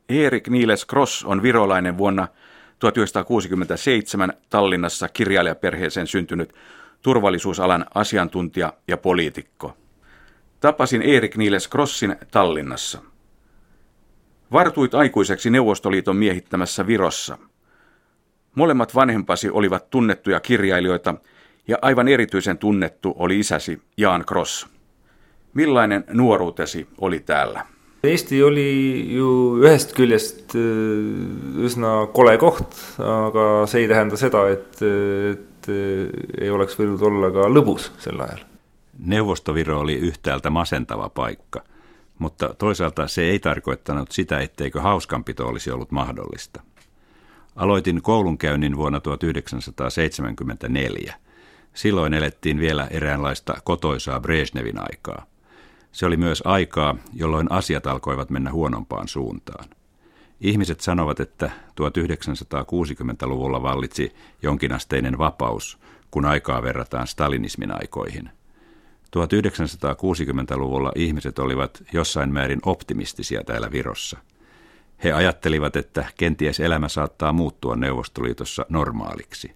Erik Niles Kross on virolainen vuonna 1967 Tallinnassa kirjailijaperheeseen syntynyt turvallisuusalan asiantuntija ja poliitikko. Tapasin Erik Niles Krossin Tallinnassa. Vartuit aikuiseksi Neuvostoliiton miehittämässä Virossa. Molemmat vanhempasi olivat tunnettuja kirjailijoita ja aivan erityisen tunnettu oli isäsi Jaan Kross. Millainen nuoruutesi oli täällä? Eesti oli ju ühest küljest üsna kole koht, aga see ei tähenda seda, et ei oleks võinud olla ka lõbus sel ajal. Neuvostoviro oli yhtäältä masentava paikka, mutta toisaalta se ei tarkoittanut sitä, etteikö hauskanpito olisi ollut mahdollista. Aloitin koulunkäynnin vuonna 1974. Silloin elettiin vielä eräänlaista kotoisaa Brezhnevin aikaa. Se oli myös aikaa, jolloin asiat alkoivat mennä huonompaan suuntaan. Ihmiset sanovat, että 1960-luvulla vallitsi jonkinasteinen vapaus, kun aikaa verrataan stalinismin aikoihin. 1960-luvulla ihmiset olivat jossain määrin optimistisia täällä Virossa. He ajattelivat, että kenties elämä saattaa muuttua Neuvostoliitossa normaaliksi.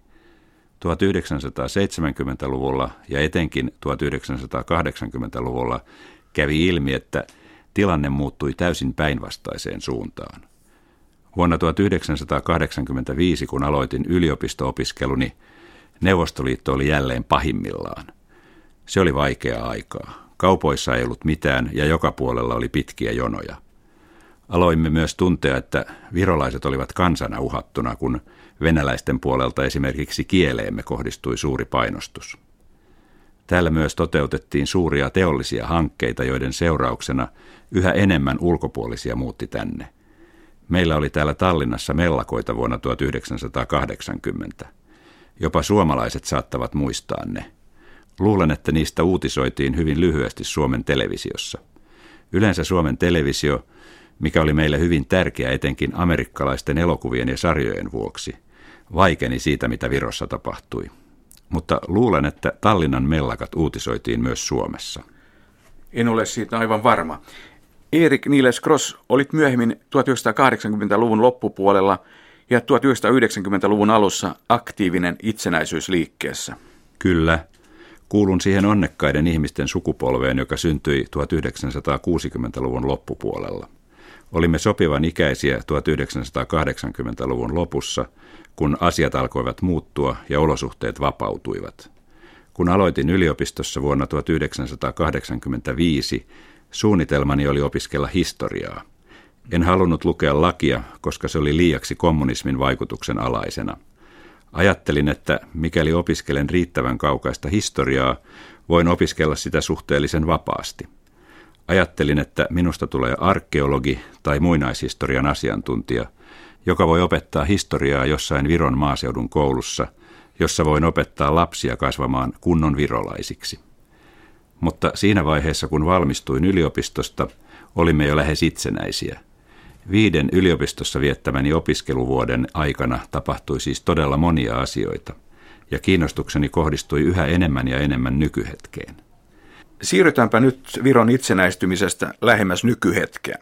1970-luvulla ja etenkin 1980-luvulla kävi ilmi, että tilanne muuttui täysin päinvastaiseen suuntaan. Vuonna 1985, kun aloitin yliopisto-opiskeluni, Neuvostoliitto oli jälleen pahimmillaan. Se oli vaikeaa aikaa. Kaupoissa ei ollut mitään ja joka puolella oli pitkiä jonoja. Aloimme myös tuntea, että virolaiset olivat kansana uhattuna, kun venäläisten puolelta esimerkiksi kieleemme kohdistui suuri painostus. Täällä myös toteutettiin suuria teollisia hankkeita, joiden seurauksena yhä enemmän ulkopuolisia muutti tänne. Meillä oli täällä Tallinnassa mellakoita vuonna 1980. Jopa suomalaiset saattavat muistaa ne. Luulen, että niistä uutisoitiin hyvin lyhyesti Suomen televisiossa. Yleensä Suomen televisio, mikä oli meille hyvin tärkeä etenkin amerikkalaisten elokuvien ja sarjojen vuoksi, vaikeni siitä, mitä Virossa tapahtui. Mutta luulen, että Tallinnan mellakat uutisoitiin myös Suomessa. En ole siitä aivan varma. Erik Niles Kross olit myöhemmin 1980-luvun loppupuolella ja 1990-luvun alussa aktiivinen itsenäisyysliikkeessä. Kyllä. Kuulun siihen onnekkaiden ihmisten sukupolveen, joka syntyi 1960-luvun loppupuolella. Olimme sopivan ikäisiä 1980-luvun lopussa, kun asiat alkoivat muuttua ja olosuhteet vapautuivat. Kun aloitin yliopistossa vuonna 1985, suunnitelmani oli opiskella historiaa. En halunnut lukea lakia, koska se oli liiaksi kommunismin vaikutuksen alaisena. Ajattelin, että mikäli opiskelen riittävän kaukaista historiaa, voin opiskella sitä suhteellisen vapaasti. Ajattelin, että minusta tulee arkeologi tai muinaishistorian asiantuntija, joka voi opettaa historiaa jossain Viron maaseudun koulussa, jossa voin opettaa lapsia kasvamaan kunnon virolaisiksi. Mutta siinä vaiheessa, kun valmistuin yliopistosta, olimme jo lähes itsenäisiä. 5 yliopistossa viettämäni opiskeluvuoden aikana tapahtui siis todella monia asioita, ja kiinnostukseni kohdistui yhä enemmän ja enemmän nykyhetkeen. Siirrytäänpä nyt Viron itsenäistymisestä lähemmäs nykyhetkeä.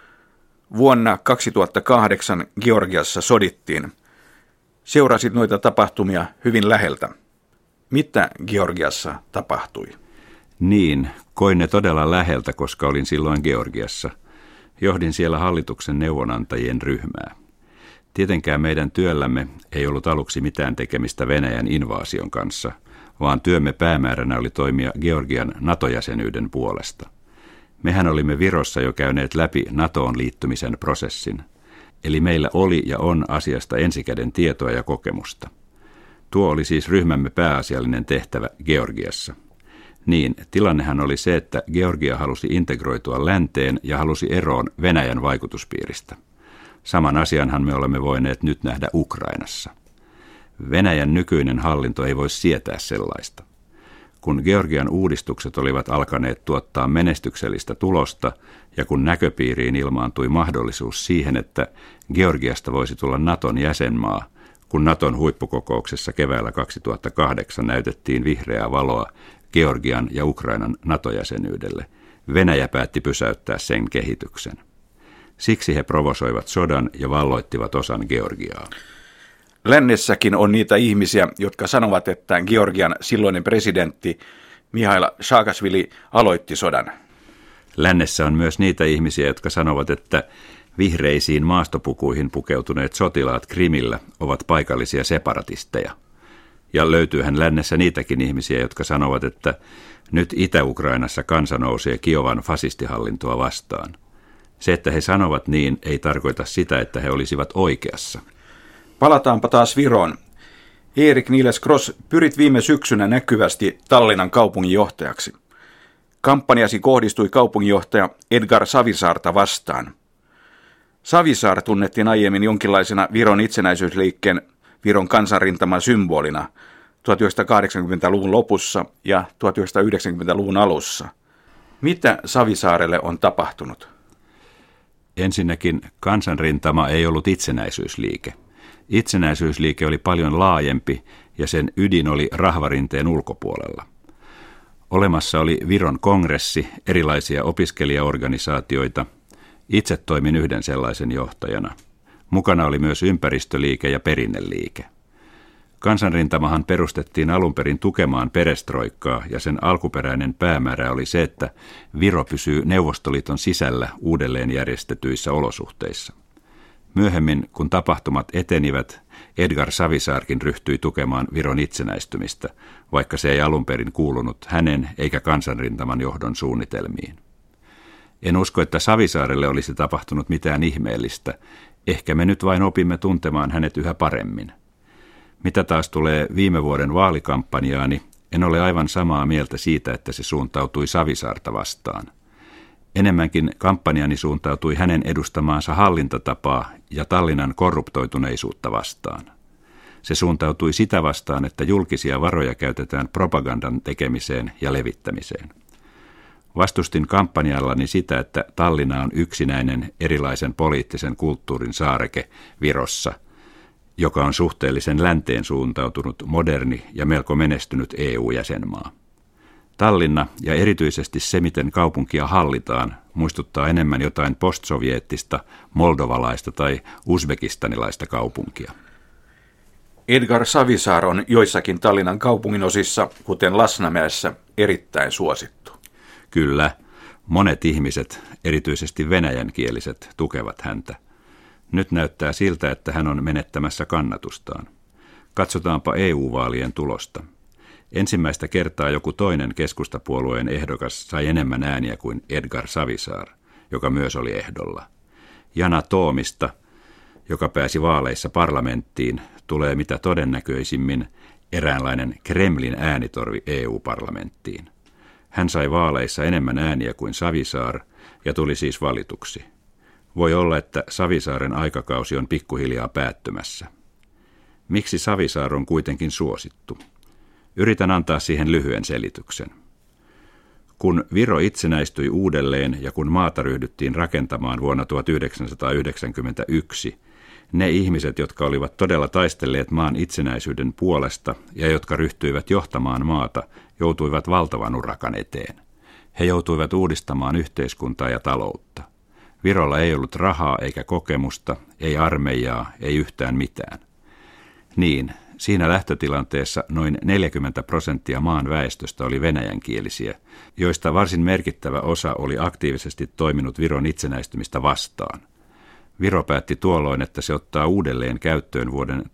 Vuonna 2008 Georgiassa sodittiin. Seurasit noita tapahtumia hyvin läheltä. Mitä Georgiassa tapahtui? Niin, koin ne todella läheltä, koska olin silloin Georgiassa. Johdin siellä hallituksen neuvonantajien ryhmää. Tietenkään meidän työllämme ei ollut aluksi mitään tekemistä Venäjän invaasion kanssa, vaan työmme päämääränä oli toimia Georgian NATO-jäsenyyden puolesta. Mehän olimme Virossa jo käyneet läpi NATOon liittymisen prosessin, eli meillä oli ja on asiasta ensikäden tietoa ja kokemusta. Tuo oli siis ryhmämme pääasiallinen tehtävä Georgiassa. Niin, tilannehan oli se, että Georgia halusi integroitua länteen ja halusi eroon Venäjän vaikutuspiiristä. Saman asianhan me olemme voineet nyt nähdä Ukrainassa. Venäjän nykyinen hallinto ei voi sietää sellaista. Kun Georgian uudistukset olivat alkaneet tuottaa menestyksellistä tulosta ja kun näköpiiriin ilmaantui mahdollisuus siihen, että Georgiasta voisi tulla NATOn jäsenmaa, kun NATOn huippukokouksessa keväällä 2008 näytettiin vihreää valoa Georgian ja Ukrainan NATO-jäsenyydelle, Venäjä päätti pysäyttää sen kehityksen. Siksi he provosoivat sodan ja valloittivat osan Georgiaa. Lännessäkin on niitä ihmisiä, jotka sanovat, että Georgian silloinen presidentti Mihail Saakashvili aloitti sodan. Lännessä on myös niitä ihmisiä, jotka sanovat, että vihreisiin maastopukuihin pukeutuneet sotilaat Krimillä ovat paikallisia separatisteja. Ja löytyyhän lännessä niitäkin ihmisiä, jotka sanovat, että nyt Itä-Ukrainassa kansa nousee Kiovan fasistihallintoa vastaan. Se, että he sanovat niin, ei tarkoita sitä, että he olisivat oikeassa. Palataanpa taas Viroon. Erik Niles Kross, pyrit viime syksynä näkyvästi Tallinnan kaupunginjohtajaksi. Kampanjasi kohdistui kaupunginjohtaja Edgar Savisaarta vastaan. Savisaar tunnettiin aiemmin jonkinlaisena Viron itsenäisyysliikkeen Viron kansanrintaman symbolina 1980-luvun lopussa ja 1990-luvun alussa. Mitä Savisaarelle on tapahtunut? Ensinnäkin kansanrintama ei ollut itsenäisyysliike. Itsenäisyysliike oli paljon laajempi ja sen ydin oli rahvarinteen ulkopuolella. Olemassa oli Viron kongressi, erilaisia opiskelijaorganisaatioita. Itse toimin yhden sellaisen johtajana. Mukana oli myös ympäristöliike ja perinneliike. Kansanrintamahan perustettiin alun perin tukemaan perestroikkaa ja sen alkuperäinen päämäärä oli se, että Viro pysyy Neuvostoliiton sisällä uudelleen järjestetyissä olosuhteissa. Myöhemmin, kun tapahtumat etenivät, Edgar Savisaarkin ryhtyi tukemaan Viron itsenäistymistä, vaikka se ei alun perin kuulunut hänen eikä kansanrintaman johdon suunnitelmiin. En usko, että Savisaarelle olisi tapahtunut mitään ihmeellistä. Ehkä me nyt vain opimme tuntemaan hänet yhä paremmin. Mitä taas tulee viime vuoden vaalikampanjaani, en ole aivan samaa mieltä siitä, että se suuntautui Savisaarta vastaan. Enemmänkin kampanjani suuntautui hänen edustamaansa hallintatapaa ja Tallinnan korruptoituneisuutta vastaan. Se suuntautui sitä vastaan, että julkisia varoja käytetään propagandan tekemiseen ja levittämiseen. Vastustin kampanjallani sitä, että Tallinna on yksinäinen erilaisen poliittisen kulttuurin saareke Virossa, joka on suhteellisen länteen suuntautunut moderni ja melko menestynyt EU-jäsenmaa. Tallinna ja erityisesti se, miten kaupunkia hallitaan, muistuttaa enemmän jotain postsoviettista, moldovalaista tai uzbekistanilaista kaupunkia. Edgar Savisaar on joissakin Tallinnan kaupunginosissa, kuten Lasnamäessä, erittäin suosittu. Kyllä, monet ihmiset, erityisesti venäjänkieliset, tukevat häntä. Nyt näyttää siltä, että hän on menettämässä kannatustaan. Katsotaanpa EU-vaalien tulosta. Ensimmäistä kertaa joku toinen keskustapuolueen ehdokas sai enemmän ääniä kuin Edgar Savisaar, joka myös oli ehdolla. Yana Toomista, joka pääsi vaaleissa parlamenttiin, tulee mitä todennäköisimmin eräänlainen Kremlin äänitorvi EU-parlamenttiin. Hän sai vaaleissa enemmän ääniä kuin Savisaar ja tuli siis valituksi. Voi olla, että Savisaaren aikakausi on pikkuhiljaa päättymässä. Miksi Savisaar on kuitenkin suosittu? Yritän antaa siihen lyhyen selityksen. Kun Viro itsenäistyi uudelleen ja kun maata ryhdyttiin rakentamaan vuonna 1991, ne ihmiset, jotka olivat todella taistelleet maan itsenäisyyden puolesta ja jotka ryhtyivät johtamaan maata, joutuivat valtavan urakan eteen. He joutuivat uudistamaan yhteiskuntaa ja taloutta. Virolla ei ollut rahaa eikä kokemusta, ei armeijaa, ei yhtään mitään. Niin, siinä lähtötilanteessa noin 40% maan väestöstä oli venäjänkielisiä, joista varsin merkittävä osa oli aktiivisesti toiminut Viron itsenäistymistä vastaan. Viro päätti tuolloin, että se ottaa uudelleen käyttöön vuoden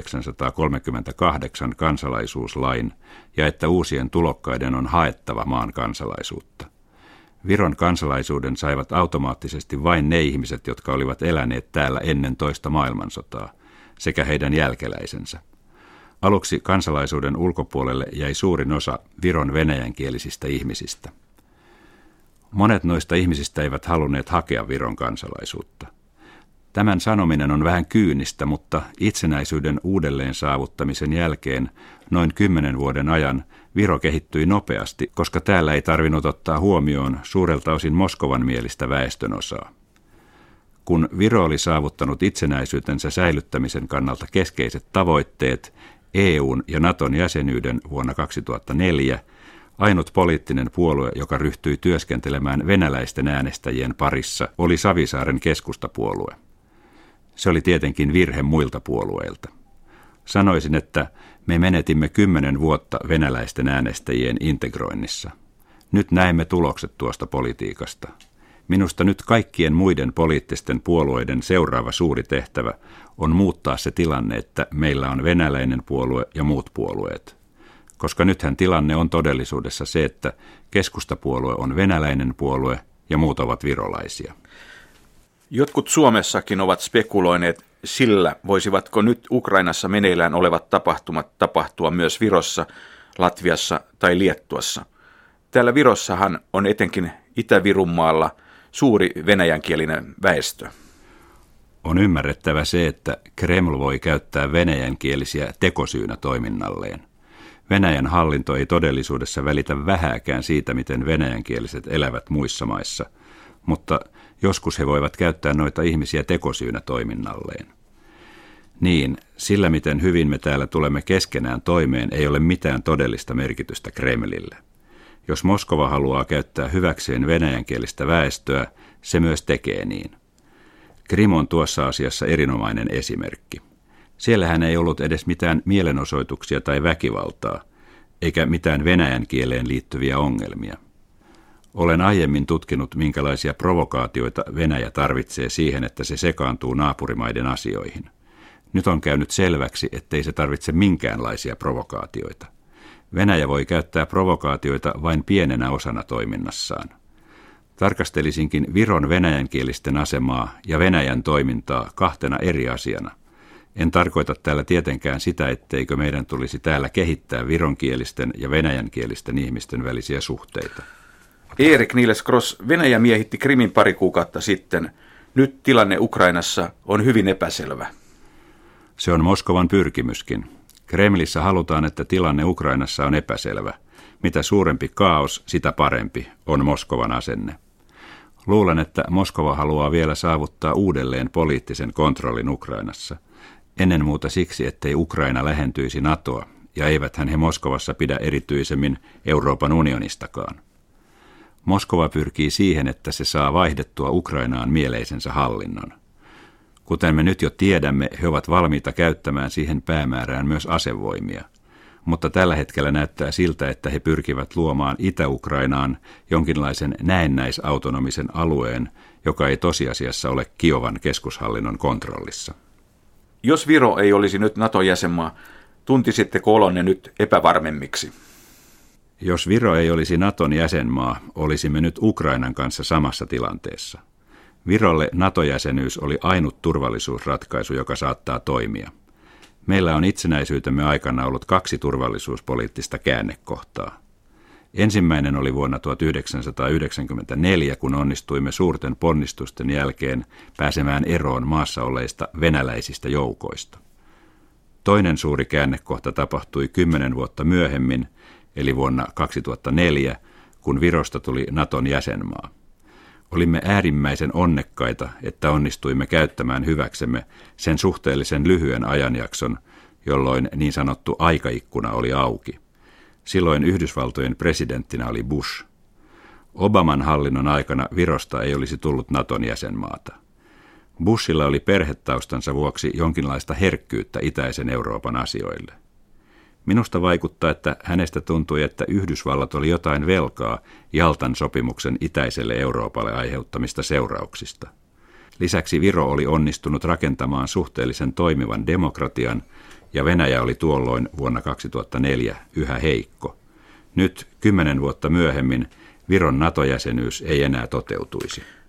1938 kansalaisuuslain ja että uusien tulokkaiden on haettava maan kansalaisuutta. Viron kansalaisuuden saivat automaattisesti vain ne ihmiset, jotka olivat eläneet täällä ennen toista maailmansotaa, sekä heidän jälkeläisensä. Aluksi kansalaisuuden ulkopuolelle jäi suurin osa Viron venäjänkielisistä ihmisistä. Monet noista ihmisistä eivät halunneet hakea Viron kansalaisuutta. Tämän sanominen on vähän kyynistä, mutta itsenäisyyden uudelleen saavuttamisen jälkeen noin 10 vuoden ajan Viro kehittyi nopeasti, koska täällä ei tarvinnut ottaa huomioon suurelta osin Moskovan mielistä väestönosaa. Kun Viro oli saavuttanut itsenäisyytensä säilyttämisen kannalta keskeiset tavoitteet, EUn ja Naton jäsenyyden vuonna 2004, Ainut poliittinen puolue, joka ryhtyi työskentelemään venäläisten äänestäjien parissa, oli Savisaaren keskustapuolue. Se oli tietenkin virhe muilta puolueilta. Sanoisin, että me menetimme 10 vuotta venäläisten äänestäjien integroinnissa. Nyt näemme tulokset tuosta politiikasta. Minusta nyt kaikkien muiden poliittisten puolueiden seuraava suuri tehtävä on muuttaa se tilanne, että meillä on venäläinen puolue ja muut puolueet. Koska nythän tilanne on todellisuudessa se, että keskustapuolue on venäläinen puolue ja muut ovat virolaisia. Jotkut Suomessakin ovat spekuloineet sillä, voisivatko nyt Ukrainassa meneillään olevat tapahtumat tapahtua myös Virossa, Latviassa tai Liettuassa. Täällä Virossahan on etenkin Itä-Virunmaalla suuri venäjänkielinen väestö. On ymmärrettävä se, että Kreml voi käyttää venäjänkielisiä tekosyynä toiminnalleen. Venäjän hallinto ei todellisuudessa välitä vähääkään siitä, miten venäjänkieliset elävät muissa maissa, mutta joskus he voivat käyttää noita ihmisiä tekosyynä toiminnalleen. Niin, sillä miten hyvin me täällä tulemme keskenään toimeen, ei ole mitään todellista merkitystä Kremlille. Jos Moskova haluaa käyttää hyväkseen venäjänkielistä väestöä, se myös tekee niin. Krim on tuossa asiassa erinomainen esimerkki. Siellähän ei ollut edes mitään mielenosoituksia tai väkivaltaa, eikä mitään venäjän kieleen liittyviä ongelmia. Olen aiemmin tutkinut, minkälaisia provokaatioita Venäjä tarvitsee siihen, että se sekaantuu naapurimaiden asioihin. Nyt on käynyt selväksi, ettei se tarvitse minkäänlaisia provokaatioita. Venäjä voi käyttää provokaatioita vain pienenä osana toiminnassaan. Tarkastelisinkin Viron venäjänkielisten asemaa ja Venäjän toimintaa kahtena eri asiana. En tarkoita täällä tietenkään sitä, etteikö meidän tulisi täällä kehittää vironkielisten ja venäjänkielisten ihmisten välisiä suhteita. Erik Niels Gross, Venäjä miehitti Krimin pari kuukautta sitten. Nyt tilanne Ukrainassa on hyvin epäselvä. Se on Moskovan pyrkimyskin. Kremlissä halutaan, että tilanne Ukrainassa on epäselvä. Mitä suurempi kaos, sitä parempi, on Moskovan asenne. Luulen, että Moskova haluaa vielä saavuttaa uudelleen poliittisen kontrollin Ukrainassa. Ennen muuta siksi, ettei Ukraina lähentyisi NATOa, ja eiväthän he Moskovassa pidä erityisemmin Euroopan unionistakaan. Moskova pyrkii siihen, että se saa vaihdettua Ukrainaan mieleisensä hallinnon. Kuten me nyt jo tiedämme, he ovat valmiita käyttämään siihen päämäärään myös asevoimia. Mutta tällä hetkellä näyttää siltä, että he pyrkivät luomaan Itä-Ukrainaan jonkinlaisen näennäisautonomisen alueen, joka ei tosiasiassa ole Kiovan keskushallinnon kontrollissa. Jos Viro ei olisi nyt NATO-jäsenmaa, tuntisitteko olonne nyt epävarmemmiksi? Jos Viro ei olisi Naton jäsenmaa, olisimme nyt Ukrainan kanssa samassa tilanteessa. Virolle NATO-jäsenyys oli ainut turvallisuusratkaisu, joka saattaa toimia. Meillä on itsenäisyytemme aikana ollut 2 turvallisuuspoliittista käännekohtaa. Ensimmäinen oli vuonna 1994, kun onnistuimme suurten ponnistusten jälkeen pääsemään eroon maassa olleista venäläisistä joukoista. Toinen suuri käännekohta tapahtui 10 vuotta myöhemmin, eli vuonna 2004, kun Virosta tuli Naton jäsenmaa. Olimme äärimmäisen onnekkaita, että onnistuimme käyttämään hyväksemme sen suhteellisen lyhyen ajanjakson, jolloin niin sanottu aikaikkuna oli auki. Silloin Yhdysvaltojen presidenttinä oli Bush. Obaman hallinnon aikana Virosta ei olisi tullut Naton jäsenmaata. Bushilla oli perhetaustansa vuoksi jonkinlaista herkkyyttä itäisen Euroopan asioille. Minusta vaikuttaa, että hänestä tuntui, että Yhdysvallat oli jotain velkaa Jaltan sopimuksen itäiselle Euroopalle aiheuttamista seurauksista. Lisäksi Viro oli onnistunut rakentamaan suhteellisen toimivan demokratian, ja Venäjä oli tuolloin vuonna 2004 yhä heikko. Nyt 10 vuotta myöhemmin Viron NATO-jäsenyys ei enää toteutuisi.